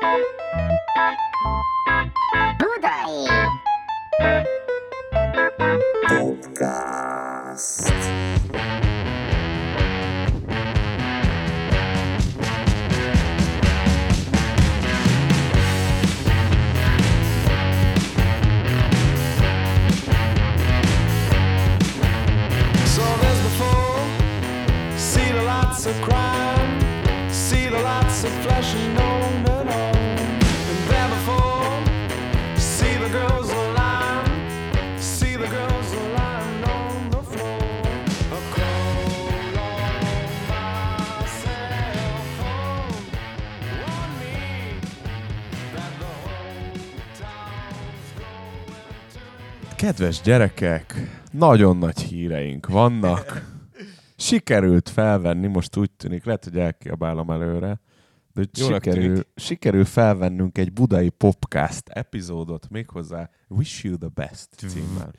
Budai Podcast. Of crime, see the lots of flesh and bone and all. And there before, see the girls alive, see the girls lying on the floor. I call on myself home, warn me that the whole town's going to. Kedves gyerekek, nagyon nagy híreink vannak. Sikerült felvenni, most úgy tűnik, lehet, hogy elkiabálom előre, de sikerül felvennünk egy budai podcast epizódot, méghozzá Wish You the Best címmel.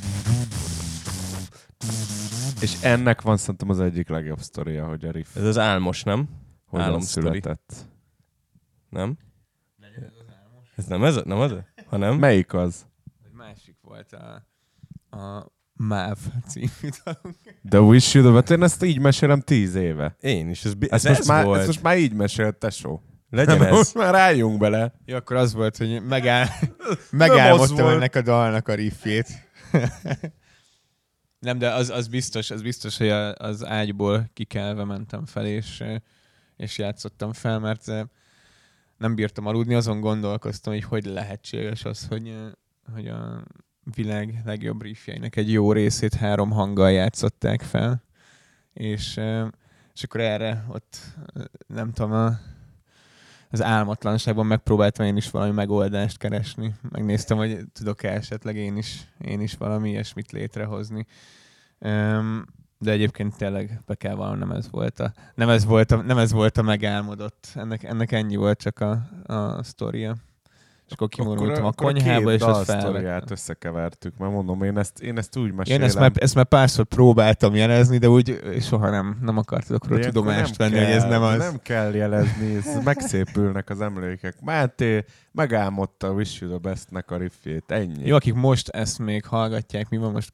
És ennek van szerintem az egyik legjobb sztoria, hogy a riff. Ez az álmos, nem? Hogyan született. Nem? Legyen ez az álmos. Ez nem az? Ha nem? Melyik az? Egy másik volt a MÁV című dalunk. The Wish You the Best, én ezt így mesélem 10 éve. Én is. Ezt most már így mesélt, tesó. Legyen ez. Most már rájunk bele. Ja, akkor az volt, hogy megálmodtam ennek a dalnak a riffjét. Nem, de az biztos, hogy az ágyból kikelve mentem fel, és játszottam fel, mert nem bírtam aludni, azon gondolkoztam, hogy lehetséges az, hogy a világ legjobb riffjeinek egy jó részét 3 hanggal játszották fel. És akkor erre ott, nem tudom, az álmatlanságban megpróbáltam én is valami megoldást keresni. Megnéztem, hogy tudok-e esetleg én is valami ilyesmit létrehozni. De egyébként tényleg be kell vallanom, nem ez volt a megálmodott. Ennek ennyi volt csak a sztoria. És akkor kimorultam a konyhába, és azt felvettem. Összekevertük, mert mondom, én ezt úgy mesélem. Én ezt már párszor próbáltam jelezni, de úgy soha nem akartok róla tudomást venni, hogy ez nem az. Nem kell jelezni, megszépülnek az emlékek. Máté megálmodta a Wish You the Best-nek a riffjét, ennyi. Jó, akik most ezt még hallgatják, mi van most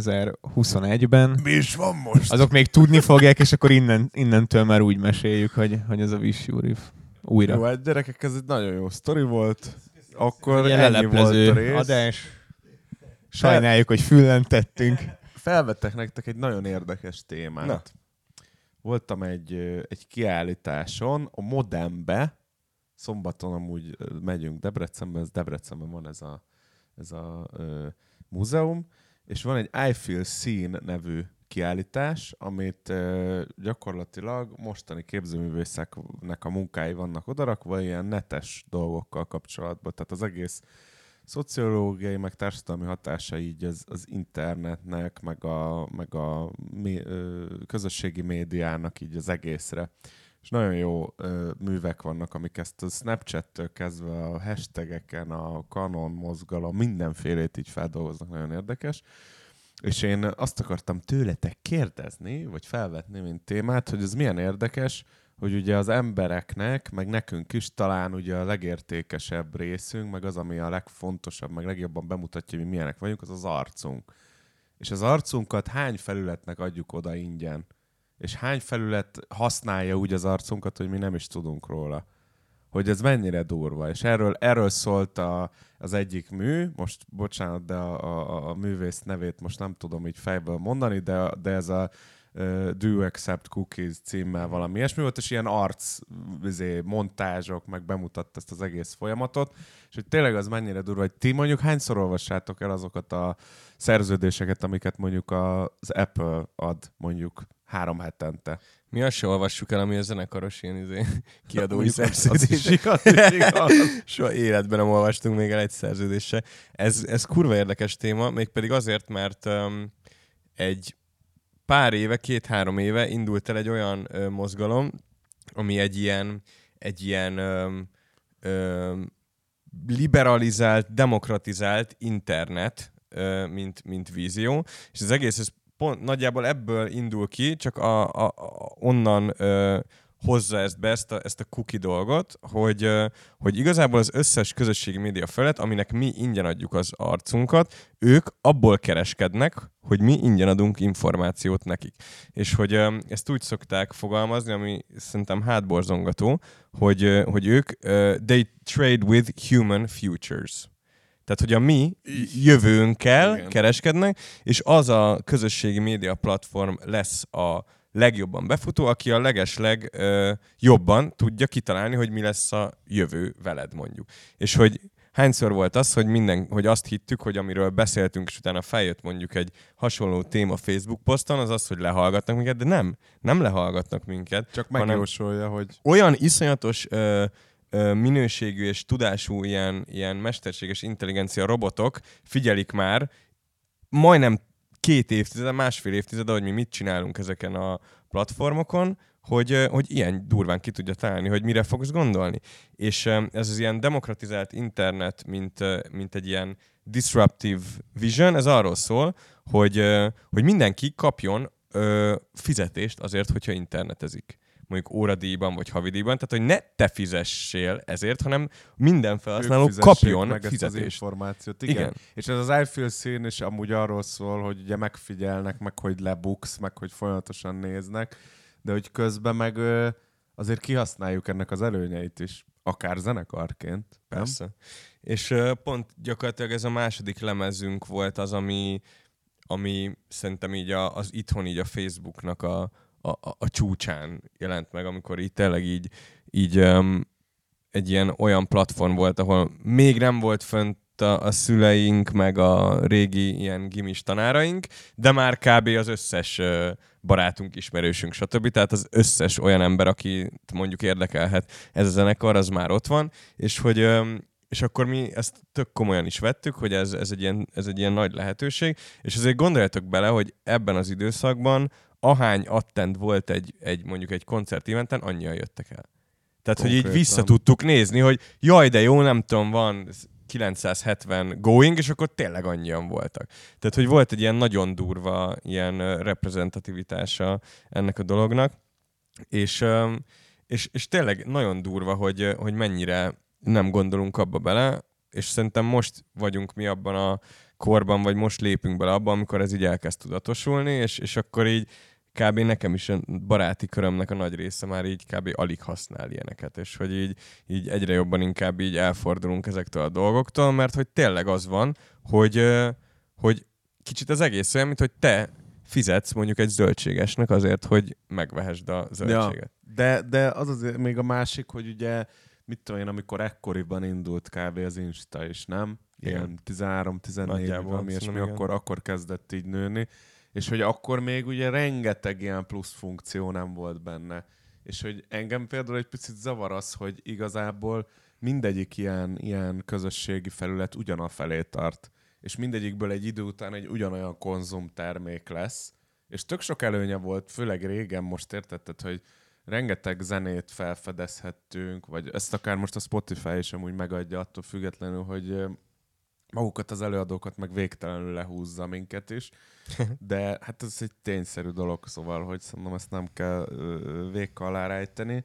2021-ben. Mi is van most? Azok még tudni fogják, és akkor innentől már úgy meséljük, hogy ez a Wish You riff. Újra. Jó, hát gyerekek, ez egy nagyon jó sztori volt. Akkor ilyen ennyi volt a rész. Adás. Sajnáljuk, hogy füllen tettünk. Felvettek nektek egy nagyon érdekes témát. Na. Voltam egy kiállításon, a Modembe, szombaton amúgy megyünk Debrecenbe, Debrecenben van ez a múzeum, és van egy I Feel Seen nevű kiállítás, amit gyakorlatilag mostani képzőművészeknek a munkái vannak odarakva, ilyen netes dolgokkal kapcsolatban. Tehát az egész szociológiai, meg társadalmi hatása így az internetnek, meg a közösségi médiának így az egészre. És nagyon jó művek vannak, amik ezt a Snapchat-től kezdve a hashtageken, a kanon mozgalom, mindenfélét így feldolgoznak, nagyon érdekes. És én azt akartam tőletek kérdezni, vagy felvetni, mint témát, hogy ez milyen érdekes, hogy ugye az embereknek, meg nekünk is talán ugye a legértékesebb részünk, meg az, ami a legfontosabb, meg legjobban bemutatja, hogy mi milyenek vagyunk, az az arcunk. És az arcunkat hány felületnek adjuk oda ingyen? És hány felület használja úgy az arcunkat, hogy mi nem is tudunk róla? Hogy ez mennyire durva. És erről szólt az egyik mű, most bocsánat, de a művész nevét most nem tudom így fejből mondani, de ez a Do Accept Cookies címmel valami ilyesmi volt, és ilyen montázsok, meg bemutatta ezt az egész folyamatot, és hogy tényleg az mennyire durva, hogy ti mondjuk hányszor olvassátok el azokat a szerződéseket, amiket mondjuk az Apple ad mondjuk 3 hetente. Mi azt se olvassuk el, ami a zenekaros ilyen kiadói szerződés. Soha életben nem olvastunk még el egy szerződésre. Ez kurva érdekes téma, mégpedig azért, mert egy pár éve, 2-3 éve indult el egy olyan mozgalom, ami egy ilyen liberalizált, demokratizált internet, mint vízió, és az egész ez pont nagyjából ebből indul ki, csak onnan hozza ezt be, ezt a cookie dolgot, hogy igazából az összes közösségi média felett, aminek mi ingyen adjuk az arcunkat, ők abból kereskednek, hogy mi ingyen adunk információt nekik. És hogy ezt úgy szokták fogalmazni, ami szerintem hátborzongató, hogy ők they trade with human futures. Tehát, hogy a mi jövőnkkel kereskednek, és az a közösségi média platform lesz a legjobban befutó, aki a legesleg jobban tudja kitalálni, hogy mi lesz a jövő veled, mondjuk. És hogy hányszor volt az, hogy azt hittük, hogy amiről beszéltünk, és utána feljött mondjuk egy hasonló téma Facebook poszton, az az, hogy lehallgatnak minket, de nem lehallgatnak minket. Csak megjósolja, hogy... Olyan iszonyatos minőségű és tudású ilyen mesterséges intelligencia robotok figyelik már majdnem 2 évtized, másfél évtized, hogy mi mit csinálunk ezeken a platformokon, hogy ilyen durván ki tudja találni, hogy mire fogsz gondolni. És ez az ilyen demokratizált internet, mint egy ilyen disruptive vision, ez arról szól, hogy mindenki kapjon fizetést azért, hogyha internetezik. Mondjuk óradíjban vagy havidíjban, tehát hogy ne te fizessél ezért, hanem minden felhasználó kapjon meg fizetést. Ezt az információt. Igen. És ez az iFeel szín is amúgy arról szól, hogy ugye megfigyelnek, meg hogy lebuksz, meg hogy folyamatosan néznek, de hogy közben meg azért kihasználjuk ennek az előnyeit is, akár zenekarként. Persze. Nem? És pont gyakorlatilag ez a második lemezünk volt az, ami szerintem így az itthon így a Facebooknak a csúcsán jelent meg, amikor így tényleg így egy ilyen olyan platform volt, ahol még nem volt fönt a szüleink, meg a régi ilyen gimis tanáraink, de már kb. Az összes barátunk, ismerősünk, stb. Tehát az összes olyan ember, akit mondjuk érdekelhet ez a zenekar, az már ott van, és akkor mi ezt tök komolyan is vettük, hogy ez egy ilyen nagy lehetőség, és azért gondoljatok bele, hogy ebben az időszakban ahány attent volt mondjuk egy koncerteventen, annyian jöttek el. Tehát, konkrétan. Hogy így vissza tudtuk nézni, hogy jaj, de jó, nem tudom, van 970 going, és akkor tényleg annyian voltak. Tehát, hogy volt egy ilyen nagyon durva ilyen reprezentativitása ennek a dolognak, és tényleg nagyon durva, hogy mennyire nem gondolunk abba bele, és szerintem most vagyunk mi abban a korban, vagy most lépünk bele abba, amikor ez így elkezd tudatosulni, és akkor így kb. Nekem is a baráti körömnek a nagy része már így kb. Alig használ ilyeneket, és hogy így egyre jobban inkább így elfordulunk ezektől a dolgoktól, mert hogy tényleg az van, hogy kicsit az egész olyan, mint hogy te fizetsz mondjuk egy zöldségesnek azért, hogy megvehesd a zöldséget. Ja, de az azért még a másik, hogy ugye mit tudom én, amikor ekkoriban indult kb. Az Insta is, nem? Ilyen 13-14 valami, és mi akkor kezdett így nőni. És hogy akkor még ugye rengeteg ilyen plusz funkció nem volt benne. És hogy engem például egy picit zavar az, hogy igazából mindegyik ilyen közösségi felület ugyanafelé tart. És mindegyikből egy idő után egy ugyanolyan konzumtermék lesz. És tök sok előnye volt, főleg régen, most értetted, hogy rengeteg zenét felfedezhettünk, vagy ezt akár most a Spotify is amúgy megadja attól függetlenül, hogy magukat az előadókat meg végtelenül lehúzza minket is, de hát ez egy tényszerű dolog, szóval, hogy szerintem ezt nem kell véka alá rejteni.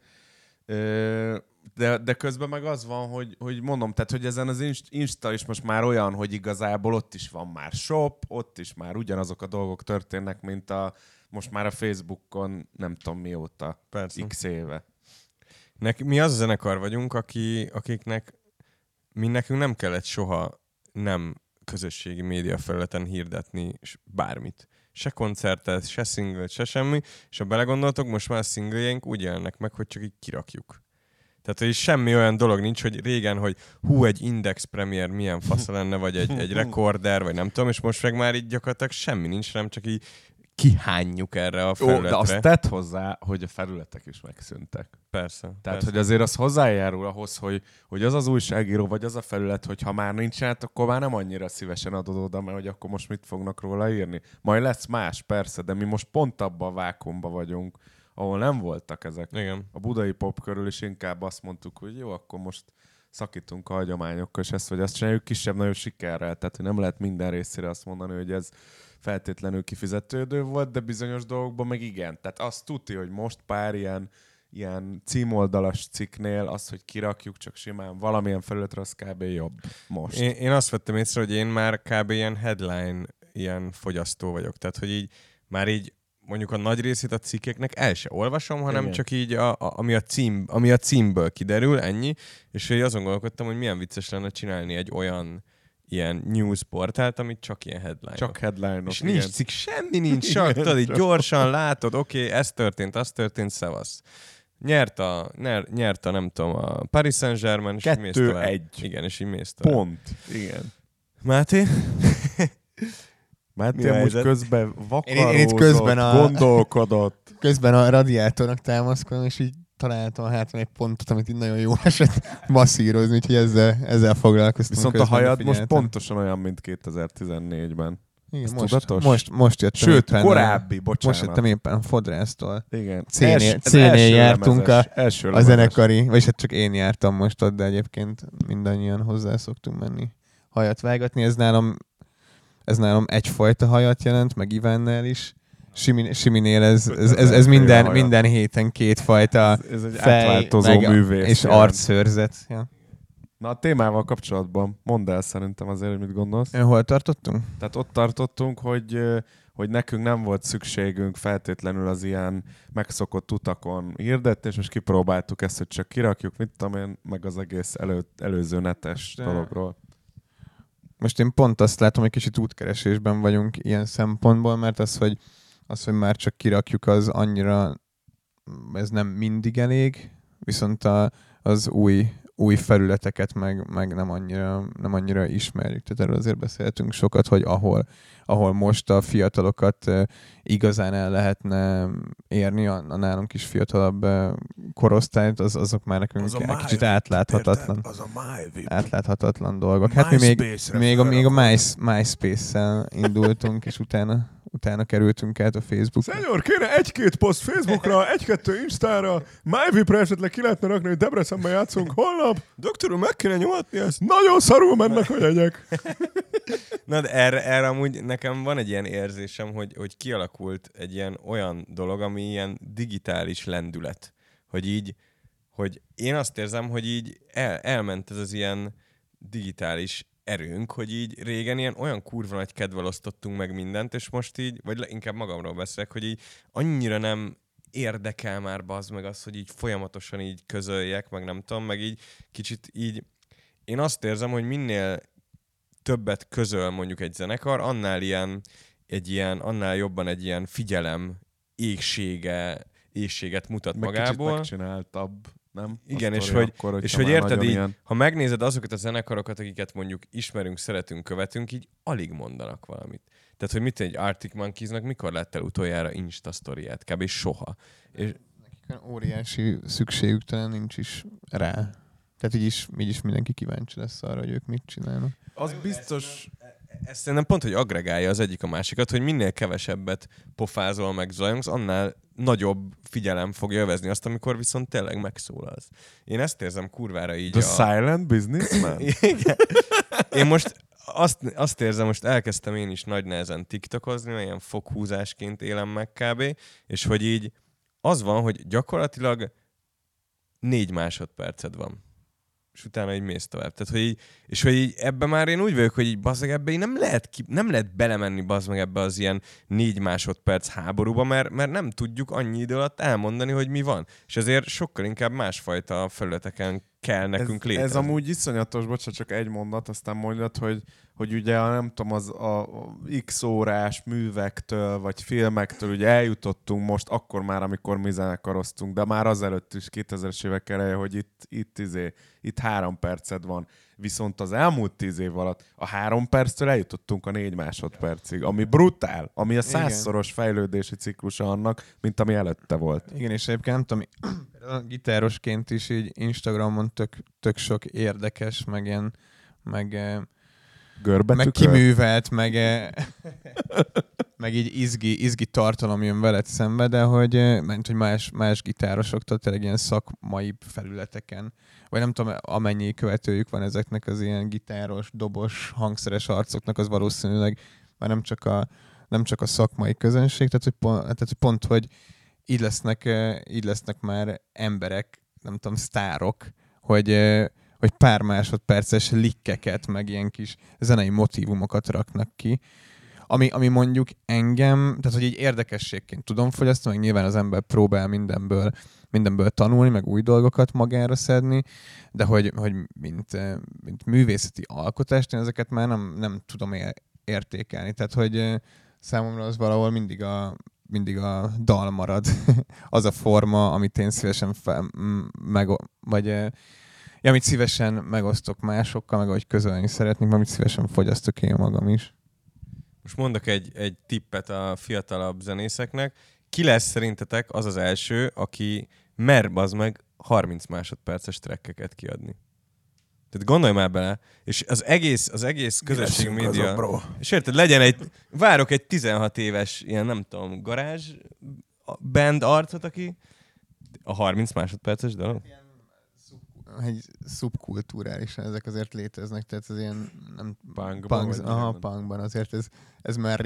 De közben meg az van, hogy mondom, tehát, hogy ezen az Insta is most már olyan, hogy igazából ott is van már shop, ott is már ugyanazok a dolgok történnek, mint most már a Facebookon nem tudom mióta, persze. X éve. Mi az a zenekar vagyunk, akiknek nekünk nem kellett soha nem közösségi média felületen hirdetni bármit. Se koncertet, se singlet, se semmi, és ha belegondoltok, most már a singlejeink úgy jelennek meg, hogy csak így kirakjuk. Tehát, hogy semmi olyan dolog nincs, hogy régen, hogy egy Index Premier milyen fasza lenne, vagy egy Recorder, vagy nem tudom, és most meg már így gyakorlatilag semmi nincs, nem csak így kihányjuk erre a felületre. De azt tett hozzá, hogy a felületek is megszűntek. Persze. Tehát, persze. hogy azért az hozzájárul ahhoz, hogy az az újságíró, vagy az a felület, hogy ha már nincs át, akkor már nem annyira szívesen adod oda, mert hogy akkor most mit fognak róla írni. Majd lesz más, persze, de mi most pont abban a vákuumban vagyunk, ahol nem voltak ezek. Igen. A budai pop körül is inkább azt mondtuk, hogy jó, akkor most szakítunk a hagyományokkal, és ezt vagy azt csináljuk kisebb-nagyobb sikerrel. Tehát, hogy nem lehet minden részére azt mondani, hogy ez feltétlenül kifizetődő volt, de bizonyos dolgokban meg igen. Tehát azt tudja, hogy most pár ilyen ilyen címoldalas cikknél az, hogy kirakjuk csak simán valamilyen felületre, az kb. Jobb most. Én azt vettem észre, hogy én már kb. Ilyen headline, ilyen fogyasztó vagyok. Tehát, hogy így már így mondjuk a nagy részét a cikkeknek el se olvasom, hanem igen. csak így ami a címből kiderül, ennyi. És hogy azon gondolkodtam, hogy milyen vicces lenne csinálni egy olyan ilyen news portált, amit csak ilyen headline-ok. Csak headline-ok. És nincs cikk, semmi nincs, csak tudod, így gyorsan látod, oké, ez történt, az történt, szevasz. Nyert a nem tudom, a Paris Saint-Germain, és így mész tovább. 2-1. Igen, és így mész tovább. Pont. Igen. Máté? Máté amúgy közben vakarózott, Én itt közben gondolkodott. Közben a radiátornak támaszkodom, és így találtam a hátán egy pontot, amit így nagyon jó esett masszírozni, úgyhogy ezzel foglalkoztam. Viszont a hajad most pontosan olyan, mint 2014-ben. Igen, most jöttem. Sőt, éppen, korábbi, bocsánat. Most jöttem éppen Fodrásztól. Igen. C-nél jártunk a zenekari, vagyis hát csak én jártam most ott, de egyébként mindannyian hozzá szoktunk menni hajat vágatni. Ez nálam egyfajta hajat jelent, meg Ivánnál is. Siminél ez minden héten kétfajta ez egy fej, átváltozó művész. És arcszőrzet. Ja. Na a témával kapcsolatban mondd el szerintem azért, hogy mit gondolsz. Hol tartottunk? Tehát ott tartottunk, hogy nekünk nem volt szükségünk feltétlenül az ilyen megszokott utakon hirdetni, és most kipróbáltuk ezt, hogy csak kirakjuk, mit tudom én, meg az egész előző netes dologról. Most én pont azt látom, hogy kicsit útkeresésben vagyunk ilyen szempontból, mert az, hogy már csak kirakjuk, az annyira, ez nem mindig elég, viszont az új felületeket meg nem annyira ismerjük. Tehát erről azért beszéltünk sokat, hogy ahol most a fiatalokat igazán el lehetne érni, a nálunk is fiatalabb korosztályt, azok már nekünk egy kicsit átláthatatlan. Az a átláthatatlan dolgok. Hát mi még a MySpace-szel indultunk, és utána kerültünk át a Facebookra. Szenyor, kéne egy-két poszt Facebookra, egy-kettő Instára, MyVip-re esetleg ki lehetne rakni, hogy Debrecenben játszunk holnap. Doktorom, meg kéne nyomatni ezt. Nagyon szarul mennek a jegyek. Na, de erre amúgy nekem van egy ilyen érzésem, hogy kialakult egy ilyen olyan dolog, ami ilyen digitális lendület. Hogy én azt érzem, hogy így elment ez az ilyen digitális erőnk, hogy így régen ilyen olyan kurva nagy kedvel osztottunk meg mindent, és most így, vagy inkább magamról beszélek, hogy így annyira nem érdekel már bazd meg az, hogy így folyamatosan így közöljek, meg nem tudom, meg így kicsit így én azt érzem, hogy minél többet közöl mondjuk egy zenekar, annál jobban egy ilyen figyelem éhséget mutat meg magából. Kicsit megcsináltabb, nem? Igen, és hogy érted így, ha megnézed azokat a zenekarokat, akiket mondjuk ismerünk, szeretünk, követünk, így alig mondanak valamit. Tehát, hogy mit egy Arctic Monkeysnak mikor láttál utoljára Insta sztoriát? Kb. Soha. És nekik óriási szükségük talán nincs is rá. Tehát így is mindenki kíváncsi lesz arra, hogy ők mit csinálnak. Az biztos... Ez szerintem pont, hogy aggregálja az egyik a másikat, hogy minél kevesebbet pofázol meg zajongsz, annál nagyobb figyelem fogja övezni azt, amikor viszont tényleg megszólalsz. Én ezt érzem kurvára így silent businessman? Igen. Én most azt érzem, most elkezdtem én is nagy nehezen tiktokozni, mert ilyen foghúzásként élem meg kb. És hogy így az van, hogy gyakorlatilag 4 másodperced van. És utána így mész tovább. Tehát, hogy így ebben már én úgy vagyok, hogy így bazzeg ebbe így nem lehet belemenni bazd meg ebbe az ilyen 4 másodperc háborúba, mert nem tudjuk annyi idő alatt elmondani, hogy mi van. És ezért sokkal inkább másfajta felületeken kell nekünk létezni. Ez amúgy iszonyatos, bocsánat, csak egy mondat, aztán mondjad, hogy ugye nem tudom, a X órás művektől, vagy filmektől ugye eljutottunk most, akkor már, amikor mi zenekaroztunk, de már azelőtt is 2000-es évek eleje, hogy itt 3 perced van. Viszont az elmúlt 10 év alatt a 3 perctől eljutottunk a 4 másodpercig, ami brutál, ami a 100-szoros fejlődési ciklusa annak, mint ami előtte volt. Igen, és egyébként nem tudom, gitárosként is így Instagramon tök sok érdekes, meg kiművelt, meg így izgi tartalom jön veled szembe, de hogy más gitárosoktól tényleg ilyen szakmai felületeken, vagy nem tudom, amennyi követőjük van ezeknek az ilyen gitáros, dobos, hangszeres arcoknak, az valószínűleg már nem csak a szakmai közönség, tehát hogy pont, hogy így lesznek már emberek, nem tudom, sztárok, hogy pár másodperces likkeket, meg ilyen kis zenei motívumokat raknak ki, ami mondjuk engem, tehát hogy így érdekességként tudom fogyasztani, meg nyilván az ember próbál mindenből tanulni, meg új dolgokat magára szedni, de hogy mint művészeti alkotást, én ezeket már nem tudom értékelni. Tehát, hogy számomra az valahol mindig a dal marad. Az a forma, amit én szívesen amit szívesen megosztok másokkal, meg ahogy közölni szeretnék, amit szívesen fogyasztok én magam is. Most mondok egy tippet a fiatalabb zenészeknek. Ki lesz szerintetek az az első, aki mer bazd meg 30 másodperces trekkeket kiadni? Tehát gondolj már bele, és az egész közösség média... És érted, várok egy 16 éves ilyen, nem tudom, garázs band arcot, aki a 30 másodperces dolog? Egy szubkulturálisan ezek azért léteznek, tehát az ilyen punkban azért ez már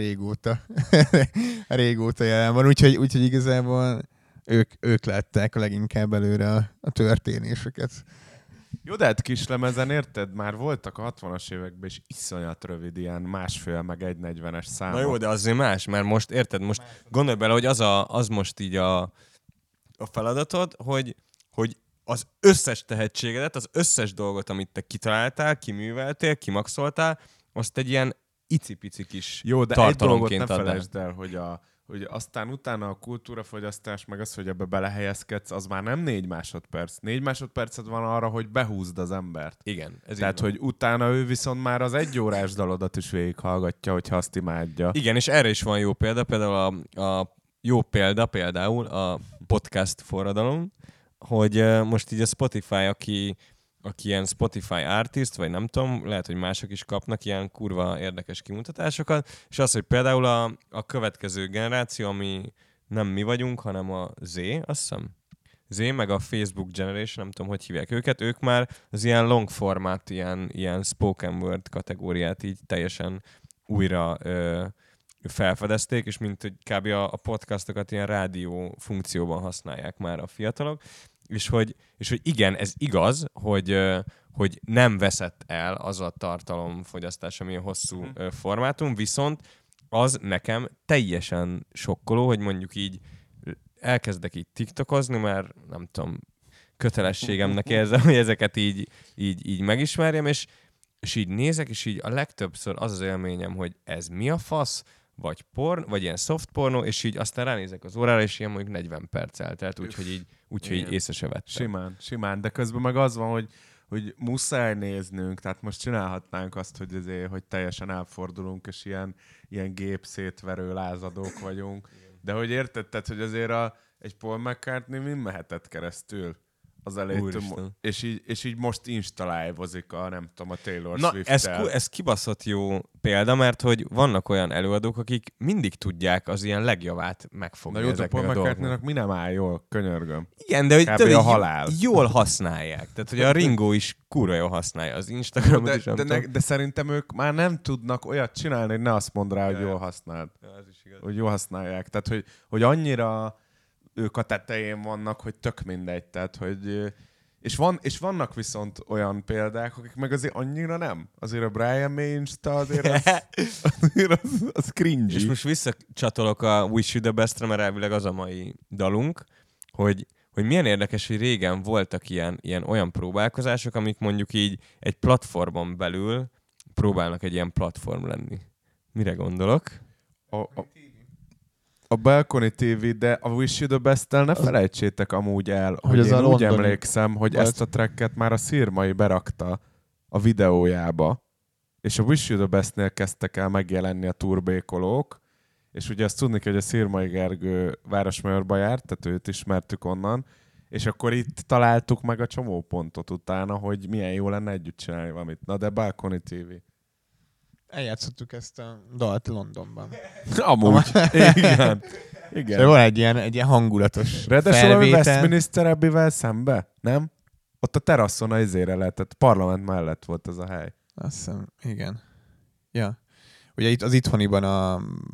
régóta jelen van, úgyhogy igazából ők látták leginkább előre a történéseket. Jó, de hát kislemezen érted? Már voltak a 60-as években is iszonyat rövid, ilyen 1,5 meg 1,40-es számok. Na jó, de azért más, mert most érted, most gondolj bele, hogy az most így a feladatod, hogy az összes tehetségedet, az összes dolgot, amit te kitaláltál, kiműveltél, kimaxoltál, azt egy ilyen icipici kis jó, de tartalomként egy dolgot ne felejtsd el, hogy aztán utána a kultúrafogyasztás, meg az, hogy ebbe belehelyezkedsz, az már nem 4 másodperc. 4 másodperced van arra, hogy behúzd az embert. Igen. Tehát, hogy utána ő viszont már az 1 órás dalodat is végighallgatja, hogyha azt imádja. Igen, és erre is van jó példa. Például a podcast forradalom, hogy most így a Spotify, aki ilyen Spotify artist, vagy nem tudom, lehet, hogy mások is kapnak ilyen kurva érdekes kimutatásokat, és az, hogy például a következő generáció, ami nem mi vagyunk, hanem a Z, azt hiszem, Z, meg a Facebook Generation, nem tudom, hogy hívják őket, ők már az ilyen long format, ilyen spoken word kategóriát így teljesen újra felfedezték, és mint hogy kb. A podcastokat ilyen rádió funkcióban használják már a fiatalok, és hogy igen, ez igaz, hogy nem veszett el az a tartalomfogyasztás, ami a hosszú formátum, viszont az nekem teljesen sokkoló, hogy mondjuk így elkezdek így tiktokozni, mert nem tudom, kötelességemnek érzem, hogy ezeket így megismerjem, és így nézek, és így a legtöbbször az élményem, hogy ez mi a fasz, vagy ilyen soft pornó, és így aztán ránézek az órára, és ilyen mondjuk 40 perc eltelt, úgyhogy így észre se vettem. Simán, de közben meg az van, hogy muszáj néznünk, tehát most csinálhatnánk azt, hogy teljesen elfordulunk, és ilyen gépszétverő lázadók vagyunk. De hogy érted, tehát, hogy azért egy Paul McCartney min mehetett keresztül az elejétől, és így most installálvozik a Taylor Swift-tel. Ez kibaszott jó példa, mert hogy vannak olyan előadók, akik mindig tudják az ilyen legjavát megfogni. Na jó, de Paul McCartney-nak mi nem áll jól, könyörgöm. Igen, de hogy a halál. Jól használják. Tehát, hogy a Ringo is kurva jól használja az Instagramot is. De szerintem ők már nem tudnak olyat csinálni, hogy ne azt mondd rá, hogy jól használd. Ja, ez is igaz. Hogy jól használják. Tehát, hogy annyira ők a tetején vannak, hogy tök mindegy. Tehát, hogy... És vannak viszont olyan példák, akik meg azért annyira nem. Azért a Brian May Insta azért az cringy. És most visszacsatolok a Wish You The Best-re, mert elvileg az a mai dalunk, hogy milyen érdekes, hogy régen voltak ilyen olyan próbálkozások, amik mondjuk így egy platformon belül próbálnak egy ilyen platform lenni. Mire gondolok? A Balcony TV, de a Wish You The Best-tel ne felejtsétek amúgy el, hogy az én úgy emlékszem, hogy ezt a tracket már a Szirmai berakta a videójába, és a Wish You The Best-nél kezdtek el megjelenni a turbékolók, és ugye azt tudni kell, hogy a Szirmai Gergő Városmajorba járt, tehát őt ismertük onnan, és akkor itt találtuk meg a csomópontot utána, hogy milyen jó lenne együtt csinálni valamit. Na de Balcony TV. Eljátszottuk ezt a dalt Londonban. Amúgy. Igen. És van egy ilyen hangulatos felvétel. Ráadásul a Westminster Abbey-vel szembe, nem? Ott a teraszon az izére lehetett, parlament mellett volt ez a hely. Azt hiszem, igen. Ja. Ugye itt az itthoniban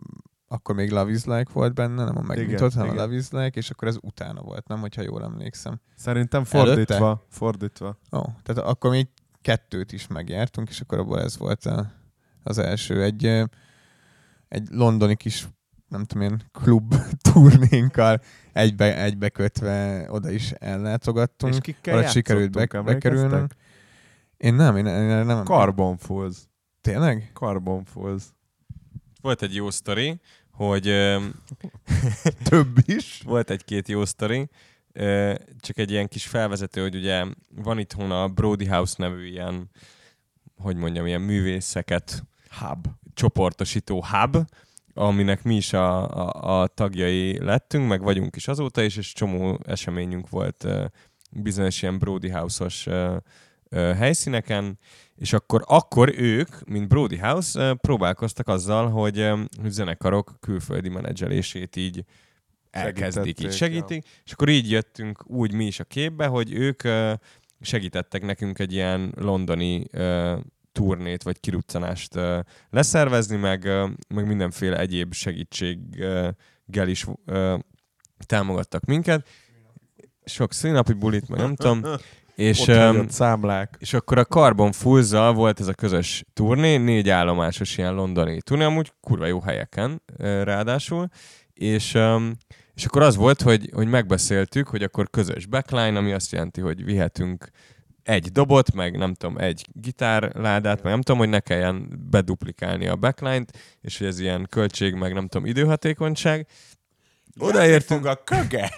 akkor még Love is Like volt benne, nem a megnyitott, hanem a igen. Love is Like, és akkor ez utána volt, nem? Hogyha jól emlékszem. Szerintem Előtte? fordítva. Ó, tehát akkor még 2 is megjártunk, és akkor abból ez volt az első. Egy londoni kis, nem tudom én, klub turnénkkal egybekötve oda is ellátogattunk. És kikkel Valahogy sikerült bekerülnünk. Én nem. Carbon Falls. Tényleg? Carbon Falls. Volt egy jó sztori, hogy Több is. volt egy-két jó sztori, csak egy ilyen kis felvezető, hogy ugye van itthon a Brody House nevű ilyen, hogy mondjam, ilyen művészeket csoportosító hub, aminek mi is a tagjai lettünk, meg vagyunk is azóta is, és csomó eseményünk volt bizonyos ilyen Brody House-os helyszíneken, és akkor ők, mint Brody House, próbálkoztak azzal, hogy zenekarok külföldi menedzselését így elkezdik, így segítik, és akkor így jöttünk úgy mi is a képbe, hogy ők segítettek nekünk egy ilyen londoni turnét vagy kiruccanást leszervezni, meg mindenféle egyéb segítséggel is támogattak minket. Sok színnapi bulit, meg nem tudom. És, számlák. és akkor a Carbon Falls-zal volt ez a közös turné, 4 állomásos ilyen londoni turné, amúgy kurva jó helyeken ráadásul, és akkor az volt, hogy megbeszéltük, hogy akkor közös backline, ami azt jelenti, hogy vihetünk egy dobot, meg nem tudom, egy gitárládát, meg nem tudom, hogy ne kelljen beduplikálni a backline-t, és hogy ez ilyen költség, meg nem tudom, időhatékonyság. Odaértünk a köge.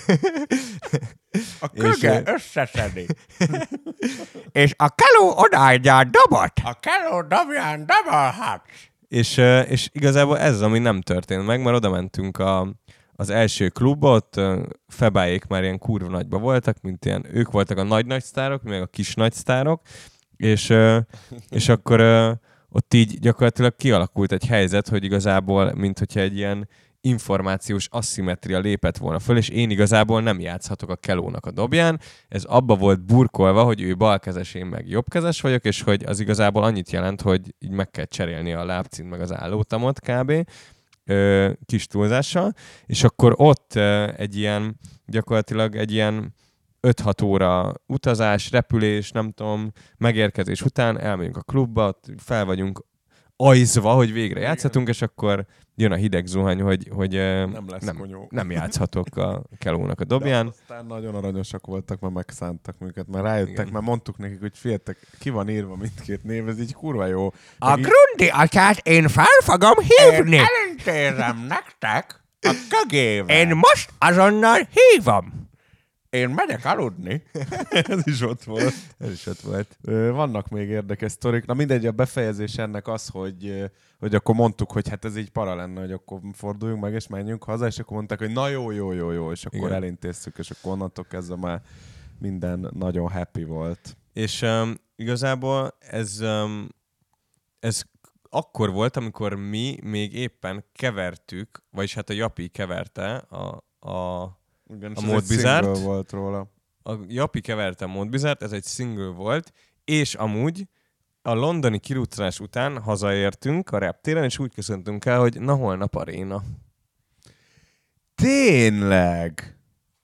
A köge összeszedi. És a keló odaadja a dobot. A keló dobján dobálhat. És igazából ez, ami nem történt meg, mert oda mentünk az első klubot, Febáék már ilyen kurva nagyba voltak, mint ilyen, ők voltak a nagy-nagy sztárok, meg a kis nagy sztárok, és akkor ott így gyakorlatilag kialakult egy helyzet, hogy igazából, mint hogyha egy ilyen információs asszimetria lépett volna föl, és én igazából nem játszhatok a kelónak a dobján. Ez abba volt burkolva, hogy ő balkezes, én meg jobbkezes vagyok, és hogy az igazából annyit jelent, hogy így meg kell cserélni a lábcint meg az állótamot kb. Kis túlzással, és akkor ott gyakorlatilag egy ilyen 5-6 óra utazás, repülés, nem tudom, megérkezés után elmegyünk a klubba, fel vagyunk ajzva, hogy végre játszhatunk, és akkor jön a hideg zuhany, hogy nem játszhatok a kelónak a dobján. De aztán nagyon aranyosak voltak, mert megszántak minket, mert rájöttek, mert mondtuk nekik, hogy figyeljetek, ki van írva mindkét név, ez így kurva jó. A Grundi atyát én fel fogom hívni. Én elintézem nektek a kögével. Én most azonnal hívom. Én megyek aludni. Ez is ott volt. Vannak még érdekes sztorik. Na mindegy, a befejezés ennek az, hogy akkor mondtuk, hogy hát ez így para lenne, hogy akkor forduljunk meg, és menjünk haza, és akkor mondták, hogy na jó, és akkor elintéztük, és akkor onnantól kezdve már minden nagyon happy volt. És igazából ez akkor volt, amikor mi még éppen kevertük, vagyis hát a Japi keverte a Mód Bizárt. Volt róla. A Japi keverte a Mód Bizárt, ez egy single volt, és amúgy a londoni kiruccanás után hazaértünk a reptéren, és úgy köszöntünk el, hogy na holnap aréna. Tényleg?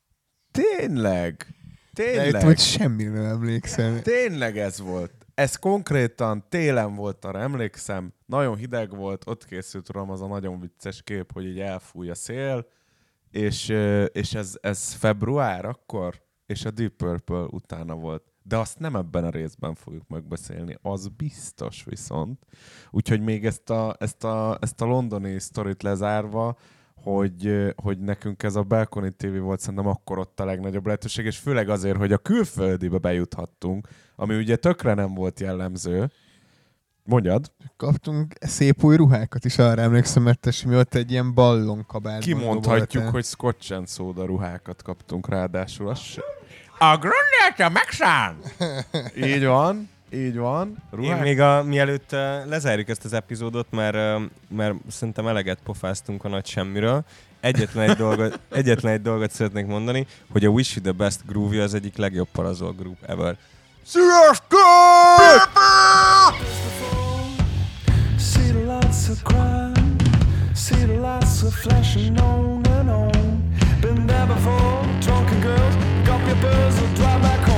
De itt hogy semmiről emlékszem. Tényleg ez volt. Ez konkrétan télen volt, arra emlékszem. Nagyon hideg volt, ott készült rólam az a nagyon vicces kép, hogy így elfúj a szél, és ez február akkor, és a Deep Purple utána volt. De azt nem ebben a részben fogjuk megbeszélni, az biztos viszont. Úgyhogy még ezt a londoni sztorit lezárva, hogy nekünk ez a Balcony TV volt szerintem akkor ott a legnagyobb lehetőség, és főleg azért, hogy a külföldibe bejuthattunk, ami ugye tökre nem volt jellemző. Mondjad? Kaptunk szép új ruhákat is, arra emlékszem, mert mi ott egy ilyen ballonkabátban. Kimondhatjuk, hogy Scotch and Soda ruhákat kaptunk ráadásul. A Grundiátja megszán! Így van. Én még mielőtt lezárjuk ezt az epizódot, mert szerintem eleget pofáztunk a nagy semmiről. Egyetlen egy dolgot szeretnék mondani, hogy a Wish You The Best Groovy az egyik legjobb parazol group ever. Sziasztok! See the lights of crime. See the lights are flashing on and on. Been there before, drunken girls, got your buzz, drive back home.